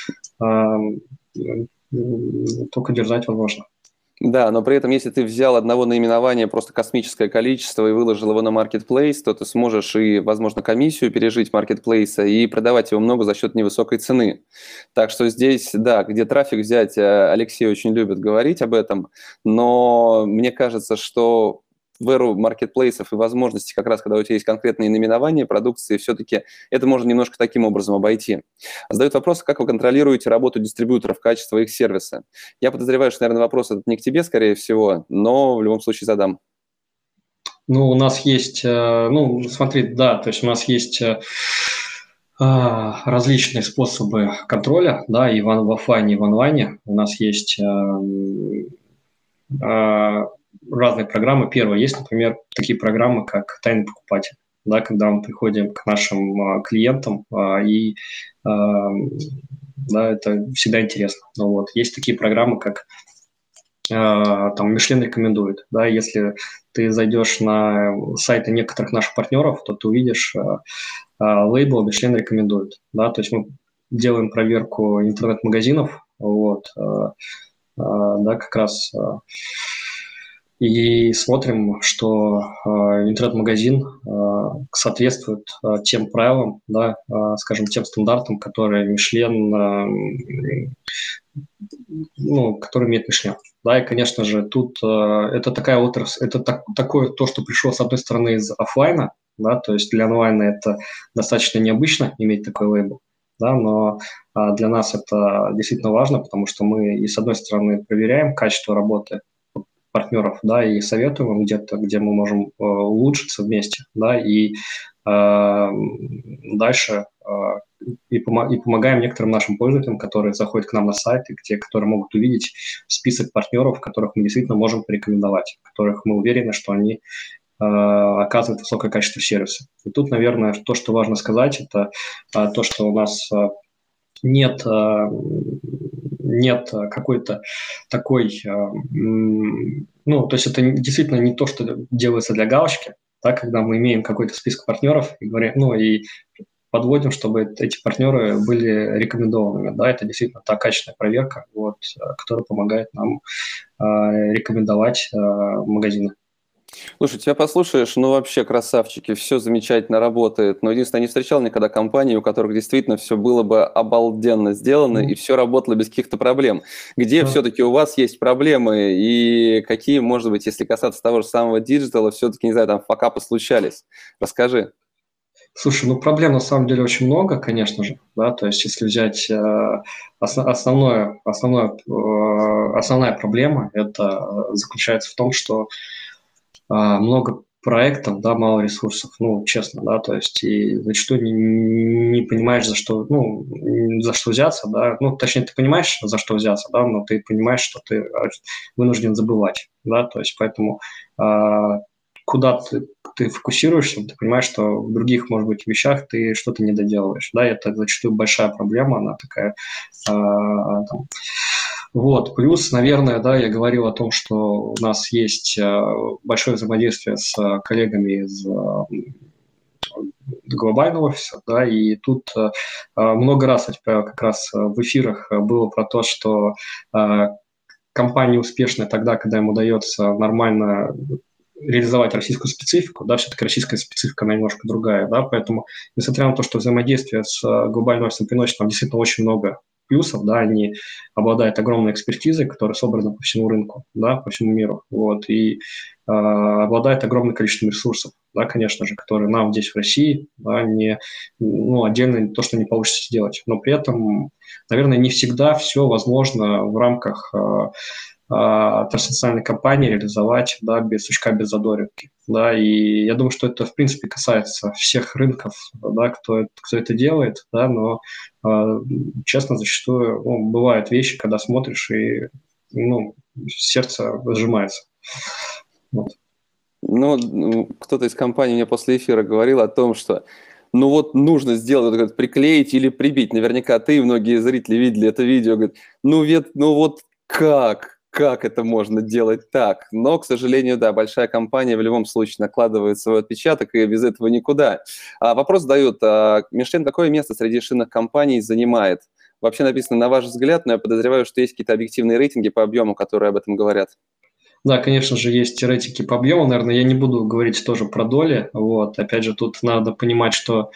только держать возможно. Да, но при этом, если ты взял одного наименования просто космическое количество и выложил его на Marketplace, то ты сможешь и, возможно, комиссию пережить маркетплейса и продавать его много за счет невысокой цены. Так что здесь, да, где трафик взять, Алексей очень любит говорить об этом, но мне кажется, что в эру маркетплейсов и возможностей, как раз когда у тебя есть конкретные наименования продукции, все-таки это можно немножко таким образом обойти. Задают вопрос, как вы контролируете работу дистрибьюторов, качество их сервиса. Я подозреваю, что, наверное, вопрос этот не к тебе, скорее всего, но в любом случае задам. Ну, у нас есть, ну, смотри, да, то есть у нас есть различные способы контроля, да, и в офлайне, и в онлайне. У нас есть разные программы. Первое, есть, например, такие программы, как тайный покупатель, да, когда мы приходим к нашим клиентам и да, это всегда интересно. Ну, вот. Есть такие программы, как там Мишлен рекомендует, да, если ты зайдешь на сайты некоторых наших партнеров, то ты увидишь лейбл Мишлен рекомендует, да, то есть мы делаем проверку интернет-магазинов, вот, да, как раз и смотрим, что интернет-магазин соответствует тем правилам, да, скажем, тем стандартам, которые Мишлен, ну, которые имеет Мишлен. Да, и, конечно же, тут это такая отрасль, это такое то, что пришло, с одной стороны, из оффлайна, да, то есть для онлайна это достаточно необычно иметь такой лейбл, да, но для нас это действительно важно, потому что мы и, с одной стороны, проверяем качество работы партнеров, да, и советуем им где-то, где мы можем улучшиться вместе, да, и дальше и помогаем некоторым нашим пользователям, которые заходят к нам на сайт, и которые могут увидеть список партнеров, которых мы действительно можем порекомендовать, которых мы уверены, что они оказывают высокое качество сервиса. И тут, наверное, то, что важно сказать, это то, что у нас нет какой-то такой, ну, то есть это действительно не то, что делается для галочки, да, когда мы имеем какой-то список партнеров и говорим, ну, и подводим, чтобы эти партнеры были рекомендованными. Да, это действительно та качественная проверка, вот, которая помогает нам рекомендовать магазины. Слушай, тебя послушаешь, ну вообще красавчики, все замечательно работает. Но единственное, не встречал никогда компании, у которых действительно все было бы обалденно сделано и все работало без каких-то проблем. Где все-таки у вас есть проблемы и какие, может быть, если касаться того же самого диджитала, все-таки, не знаю, там факапы случались? Расскажи. Слушай, ну проблем на самом деле очень много, конечно же, да, то есть если взять основная проблема, это заключается в том, что много проектов, да, мало ресурсов, ну, честно, да, то есть и зачастую не понимаешь, за что, ну, за что взяться, да, ну, точнее, ты понимаешь, за что взяться, да, но ты понимаешь, что ты вынужден забывать, да, то есть поэтому куда ты фокусируешься, ты понимаешь, что в других, может быть, вещах ты что-то не доделываешь, да, это зачастую большая проблема, она такая, там, вот, плюс, наверное, да, я говорил о том, что у нас есть большое взаимодействие с коллегами из глобального офиса, да, и тут много раз как раз в эфирах было про то, что компания успешная тогда, когда им удается нормально реализовать российскую специфику, да, все-таки российская специфика, она немножко другая, да, поэтому, несмотря на то, что взаимодействие с глобальным офисом приносит нам действительно очень много плюсов, да, они обладают огромной экспертизой, которая собрана по всему рынку, да, по всему миру, вот, и обладает огромным количеством ресурсов, да, конечно же, которые нам здесь в России, да, ну, отдельно то, что не получится сделать, но при этом, наверное, не всегда все возможно в рамках транснациональной компании реализовать, да, без сучка, без задоринки, да, и я думаю, что это, в принципе, касается всех рынков, да, кто это делает, да, но, честно, зачастую, ну, бывают вещи, когда смотришь и, ну, сердце сжимается. Вот. Ну, кто-то из компании мне после эфира говорил о том, что ну вот нужно сделать, вот, приклеить или прибить. Наверняка ты и многие зрители видели это видео, говорят, ну вот как это можно делать так? Но, к сожалению, да, большая компания в любом случае накладывает свой отпечаток, и без этого никуда. Вопрос задают, Мишлен какое место среди шинных компаний занимает? Вообще написано на ваш взгляд, но я подозреваю, что есть какие-то объективные рейтинги по объему, которые об этом говорят. Да, конечно же, есть рейтинги по объему. Наверное, я не буду говорить тоже про доли. Вот. Опять же, тут надо понимать, что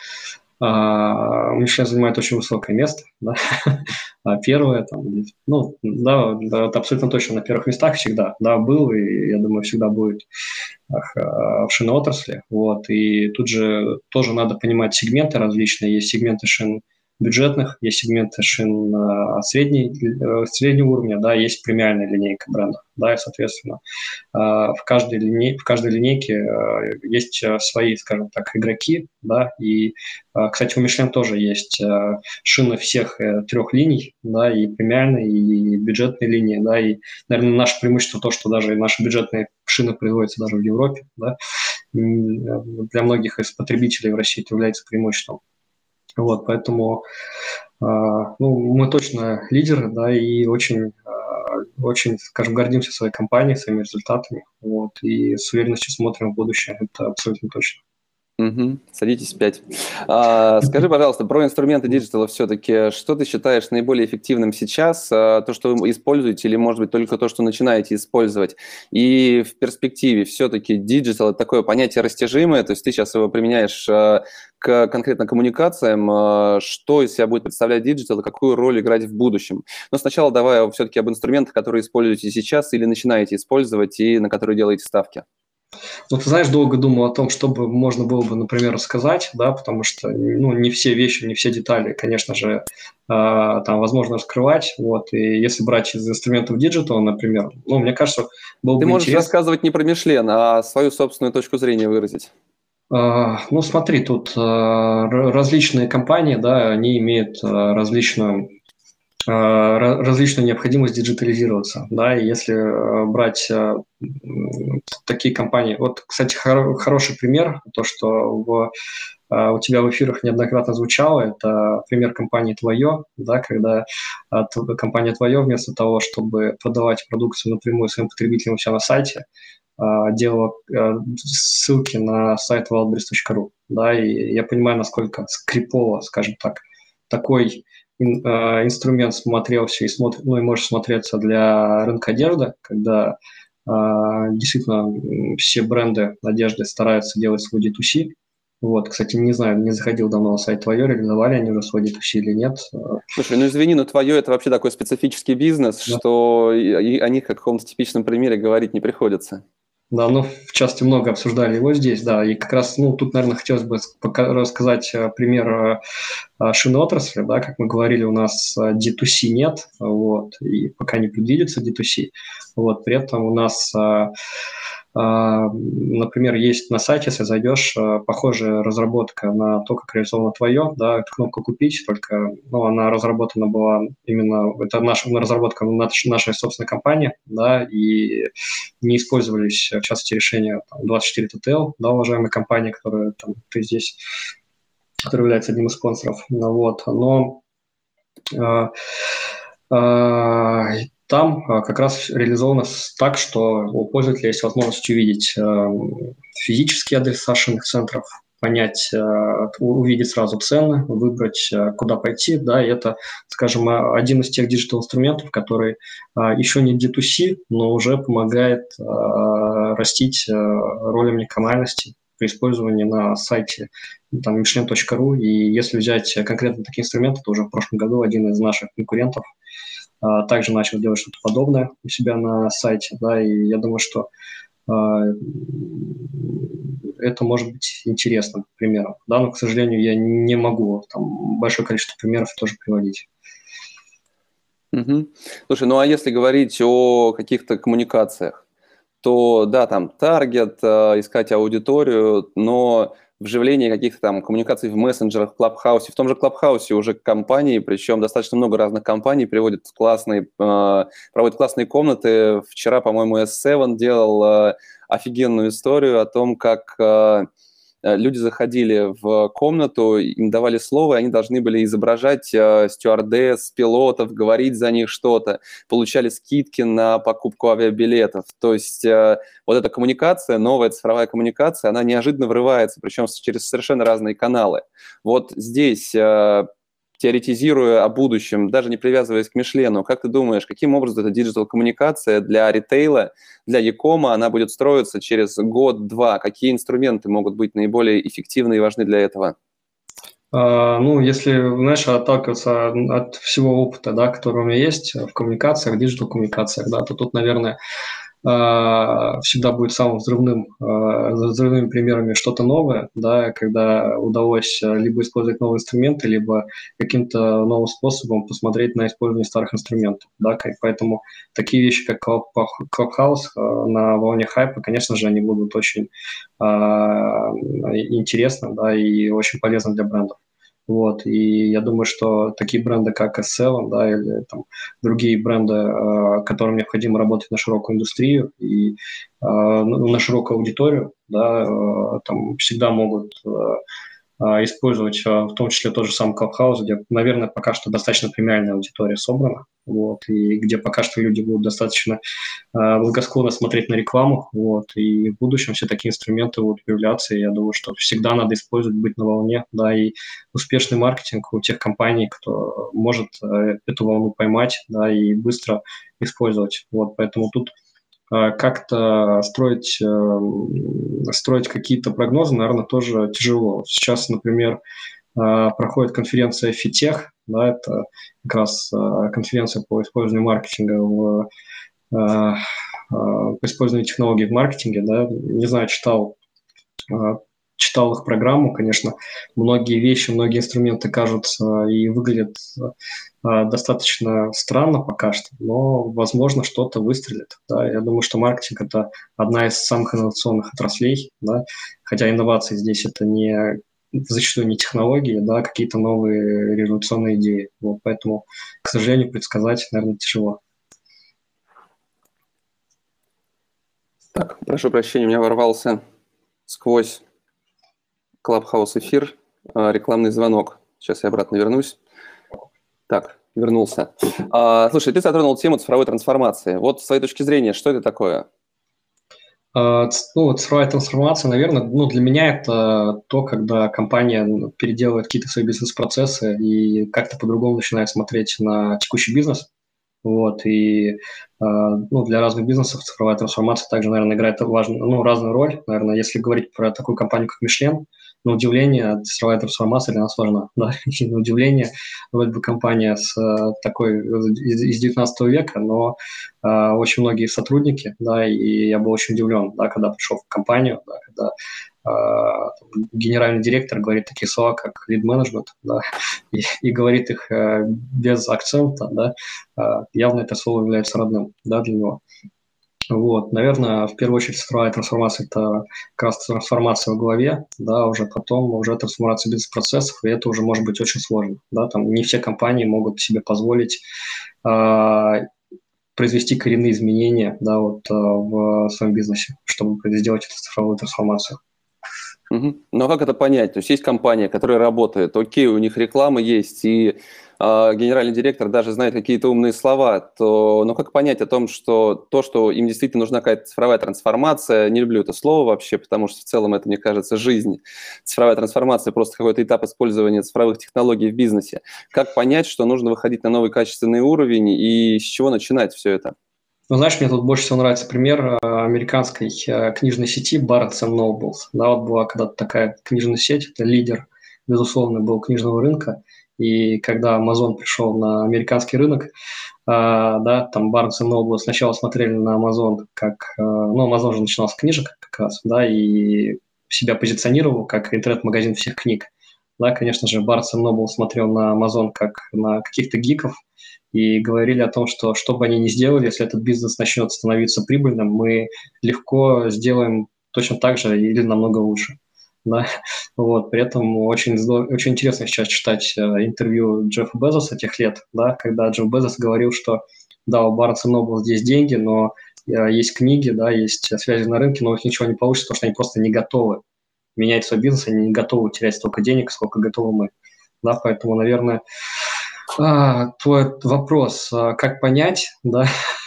Мишлен занимает очень высокое место. Да? Первое, там, ну, да, это абсолютно точно на первых местах всегда. Да, был, и, я думаю, всегда будет в шинной отрасли. Вот. И тут же тоже надо понимать сегменты различные. Есть сегменты шин бюджетных, есть сегменты шин среднего уровня, да, есть премиальная линейка брендов, да, и, соответственно, в каждой линейке есть свои, скажем так, игроки, да, и, кстати, у Michelin тоже есть шины всех трех линий, да, и премиальной, и бюджетной линии, да, и, наверное, наше преимущество то, что даже наши бюджетные шины производятся даже в Европе, да, для многих из потребителей в России это является преимуществом. Вот, поэтому ну, мы точно лидеры, да, и очень, скажем, гордимся своей компанией, своими результатами, вот, и с уверенностью смотрим в будущее, это абсолютно точно. Садитесь 5. Скажи, пожалуйста, про инструменты диджитала все-таки. Что ты считаешь наиболее эффективным сейчас? То, что вы используете, или, может быть, только то, что начинаете использовать? И в перспективе все-таки диджитал – это такое понятие растяжимое, то есть ты сейчас его применяешь к конкретно коммуникациям. Что из себя будет представлять диджитал и какую роль играть в будущем? Но сначала давай все-таки об инструментах, которые используете сейчас или начинаете использовать и на которые делаете ставки. Ну, ты знаешь, долго думал о том, что бы можно было бы, например, рассказать, да, потому что, ну, не все вещи, не все детали, конечно же, там возможно раскрывать, вот, и если брать из инструментов диджитал, например, ну, мне кажется, было Ты бы можешь интересно. рассказывать не про Мишлен, а свою собственную точку зрения выразить. Ну, смотри, тут различные компании, да, они имеют различную необходимость диджитализироваться, да, и если брать такие компании, вот, кстати, хороший пример, то, что у тебя в эфирах неоднократно звучало, это пример компании «Твое», да, когда компания «Твое» вместо того, чтобы продавать продукцию напрямую своим потребителям у себя на сайте, делала ссылки на сайт wildberries.ru, да, и я понимаю, насколько скрипово, скажем так, такой инструмент смотрелся и ну, и может смотреться для рынка одежды, когда действительно все бренды одежды стараются делать свой D2C. Вот, кстати, не знаю, не заходил давно на сайт «Твое», реализовали они уже свой D2C или нет. Слушай, ну извини, но твое это вообще такой специфический бизнес, Да. что о них как о каком-то типичном примере говорить не приходится. Да, ну, в частности, много обсуждали его здесь, да, и как раз, ну, тут, наверное, хотелось бы рассказать пример шинной отрасли, да, как мы говорили, у нас D2C нет, вот, и пока не предвидится D2C, вот, при этом у нас, например, есть на сайте, если зайдешь, похожая разработка на то, как реализовано твое, да, это кнопка «Купить», только, ну, она разработана была именно, это наша разработка нашей собственной компании, да, и не использовались, в частности, решения там, 24 TTL, да, уважаемой компании, которая там, ты здесь, который является одним из спонсоров. Ну, вот, но там как раз реализовано так, что у пользователя есть возможность увидеть физические адреса шинных центров, понять, увидеть сразу цены, выбрать, куда пойти, да, и это, скажем, один из тех диджитал-инструментов, который еще не D2C, но уже помогает растить роль омниканальности при использовании на сайте там michelin.ru, и если взять конкретно такие инструменты, то уже в прошлом году один из наших конкурентов также начал делать что-то подобное у себя на сайте, да, и я думаю, что это может быть интересным примером, да, но, к сожалению, я не могу там большое количество примеров тоже приводить. Угу. Слушай, ну а если говорить о каких-то коммуникациях, то да, там таргет, искать аудиторию, но вживление каких-то там коммуникаций в мессенджерах, в Клабхаусе, в том же Клабхаусе уже компании, причем достаточно много разных компаний проводят классные комнаты. Вчера, по-моему, S7 делал офигенную историю о том, как люди заходили в комнату, им давали слово, и они должны были изображать стюардесс, пилотов, говорить за них что-то, получали скидки на покупку авиабилетов. То есть вот эта коммуникация, новая цифровая коммуникация, она неожиданно врывается, причем через совершенно разные каналы. Вот здесь, теоретизируя о будущем, даже не привязываясь к Мишлену, как ты думаешь, каким образом эта диджитал-коммуникация для ритейла, для e-кома, она будет строиться через год-два? Какие инструменты могут быть наиболее эффективны и важны для этого? Ну, если, знаешь, отталкиваться от всего опыта, да, который у меня есть в коммуникациях, диджитал-коммуникациях, да, то тут, наверное, всегда будет самым взрывными примерами что-то новое, да, когда удалось либо использовать новые инструменты, либо каким-то новым способом посмотреть на использование старых инструментов, да, поэтому такие вещи, как Clubhouse на волне хайпа, конечно же, они будут очень интересны, да, и очень полезны для брендов. Вот, и я думаю, что такие бренды, как S7, да, или там, другие бренды, которым необходимо работать на широкую индустрию и на широкую аудиторию, да, там всегда могут использовать в том числе тот же самый Clubhouse, где, наверное, пока что достаточно премиальная аудитория собрана. вот, и где пока что люди будут достаточно благосклонно смотреть на рекламу, вот, и в будущем все такие инструменты будут появляться, и я думаю, что всегда надо использовать, быть на волне, да, и успешный маркетинг у тех компаний, кто может эту волну поймать, да, и быстро использовать, вот, поэтому тут как-то строить какие-то прогнозы, наверное, тоже тяжело. Сейчас, например, проходит конференция FITECH, да, это как раз конференция по использованию маркетинга по использованию технологий в маркетинге, да, не знаю, читал их программу, конечно, многие вещи, многие инструменты кажутся и выглядят достаточно странно пока что, но, возможно, что-то выстрелит. Да. Я думаю, что маркетинг – это одна из самых инновационных отраслей, да, хотя инновации здесь – это зачастую не технологии, да, какие-то новые революционные идеи. Вот, поэтому, к сожалению, предсказать, наверное, тяжело. Так, прошу прощения, у меня ворвался сквозь Clubhouse эфир рекламный звонок. Сейчас я обратно вернусь. Так, вернулся. Слушай, ты затронул тему цифровой трансформации. Вот с твоей точки зрения, что это такое? Цифровая трансформация, наверное, для меня это то, когда компания переделывает какие-то свои бизнес-процессы и как-то по-другому начинает смотреть на текущий бизнес. Вот, и для разных бизнесов цифровая трансформация также, наверное, играет разную роль. Наверное, если говорить про такую компанию, как Michelin, на удивление, цифровая трансформация для нас важна. Да? И на удивление, вроде бы компания такой из 19 века, но очень многие сотрудники, да, и я был очень удивлен, да, когда пришел в компанию, да, когда генеральный директор говорит такие слова, как lead-management, да, и говорит их без акцента, да, явно это слово является родным, да, для него. Вот, наверное, в первую очередь цифровая трансформация – это как раз трансформация в голове, да, уже потом уже трансформация бизнес-процессов, и это уже может быть очень сложно, да, там не все компании могут себе позволить произвести коренные изменения, да, вот в своем бизнесе, чтобы сделать эту цифровую трансформацию. Угу. Ну, а как это понять? То есть есть компания, которая работает, окей, у них реклама есть, и генеральный директор даже знает какие-то умные слова, но как понять о том, что им действительно нужна какая-то цифровая трансформация, не люблю это слово вообще, потому что в целом это, мне кажется, жизнь. Цифровая трансформация – просто какой-то этап использования цифровых технологий в бизнесе. Как понять, что нужно выходить на новый качественный уровень и с чего начинать все это? Ну, знаешь, мне тут больше всего нравится пример американской книжной сети Barnes & Noble. Да, вот была когда-то такая книжная сеть, это лидер, безусловно, был книжного рынка. И когда Amazon пришел на американский рынок, да, там Barnes & Noble сначала смотрели на Amazon как… Amazon же начинал с книжек как раз, да, и себя позиционировал как интернет-магазин всех книг. Да, конечно же, Barnes & Noble смотрел на Amazon как на каких-то гиков, и говорили о том, что бы они ни сделали, если этот бизнес начнет становиться прибыльным, мы легко сделаем точно так же или намного лучше. Да? Вот. При этом очень интересно сейчас читать интервью Джеффа Безоса тех лет, да, когда Джефф Безос говорил, что да, у Barnes & Noble здесь деньги, но есть книги, да, есть связи на рынке, но у них ничего не получится, потому что они просто не готовы менять свой бизнес, они не готовы терять столько денег, сколько готовы мы. Да, поэтому, наверное, твой вопрос, как понять, да,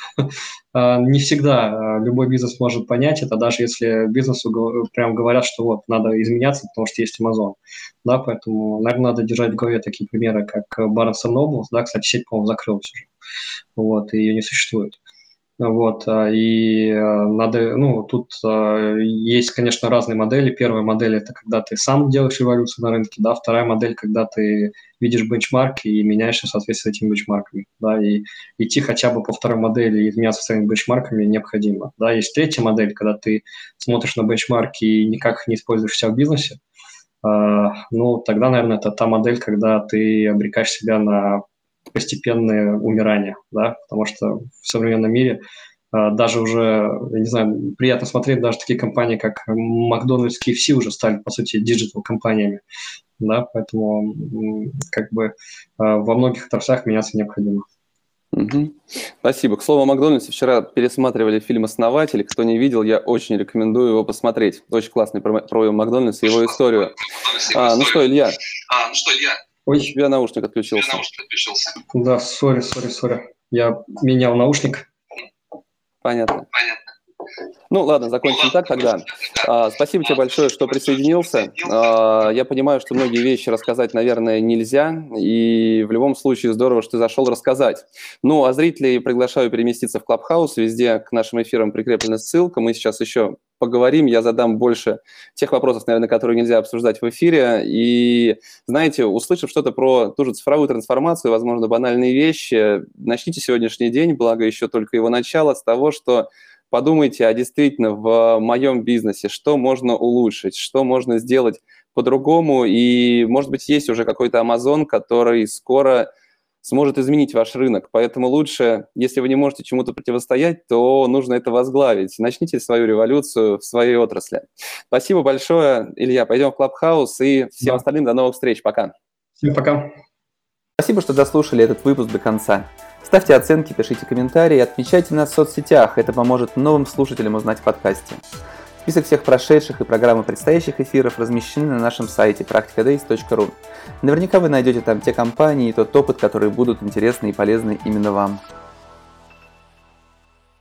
не всегда любой бизнес может понять это, даже если бизнесу прям говорят, что вот, надо изменяться, потому что есть Amazon, да, поэтому, наверное, надо держать в голове такие примеры, как Barnes & Noble, да, кстати, сеть, по-моему, закрылась уже, вот, и ее не существует. Вот, и надо, тут есть, конечно, разные модели. Первая модель – это когда ты сам делаешь революцию на рынке, да, вторая модель – когда ты видишь бенчмарки и меняешься в соответствии с этими бенчмарками, да, и идти хотя бы по второй модели и изменяться своими бенчмарками необходимо, да. Есть третья модель, когда ты смотришь на бенчмарки и никак их не используешь себя в бизнесе, тогда, наверное, это та модель, когда ты обрекаешь себя на постепенное умирание, да, потому что в современном мире даже уже, я не знаю, приятно смотреть, даже такие компании, как Макдональдс, KFC уже стали, по сути, диджитал-компаниями, да, поэтому как бы во многих отраслях меняться необходимо. Угу. Спасибо. К слову о Макдональдсе, вчера пересматривали фильм «Основатель». Кто не видел, я очень рекомендую его посмотреть. Очень классный про Макдональдс и его историю. Ну что, Илья? Ой. У тебя наушник отключился. Да, сори. Я менял наушник. Понятно. Ну, ладно, закончим так тогда. Спасибо тебе большое, что присоединился. Я понимаю, что многие вещи рассказать, наверное, нельзя, и в любом случае здорово, что ты зашел рассказать. Ну, а зрителей приглашаю переместиться в Clubhouse, везде к нашим эфирам прикреплена ссылка, мы сейчас еще поговорим, я задам больше тех вопросов, наверное, которые нельзя обсуждать в эфире, и, знаете, услышав что-то про ту же цифровую трансформацию, возможно, банальные вещи, начните сегодняшний день, благо еще только его начало, с того, что подумайте, а действительно в моем бизнесе, что можно улучшить, что можно сделать по-другому, и, может быть, есть уже какой-то Amazon, который скоро сможет изменить ваш рынок. Поэтому лучше, если вы не можете чему-то противостоять, то нужно это возглавить. Начните свою революцию в своей отрасли. Спасибо большое, Илья. Пойдем в Clubhouse, и всем остальным до новых встреч. Пока. Всем пока. Спасибо, что дослушали этот выпуск до конца. Ставьте оценки, пишите комментарии, отмечайте нас в соцсетях. Это поможет новым слушателям узнать о подкасте. Список всех прошедших и программы предстоящих эфиров размещены на нашем сайте practicadays.ru. Наверняка вы найдете там те компании и тот опыт, которые будут интересны и полезны именно вам.